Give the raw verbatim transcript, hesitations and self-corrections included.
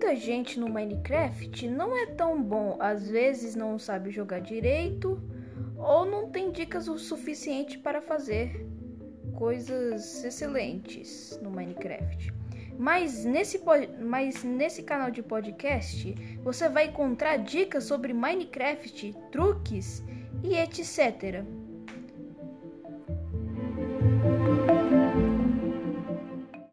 muita gente no Minecraft não é tão bom, às vezes não sabe jogar direito ou não tem dicas o suficiente para fazer coisas excelentes no Minecraft. Mas nesse, mas nesse canal de podcast você vai encontrar dicas sobre Minecraft, truques e etcétera.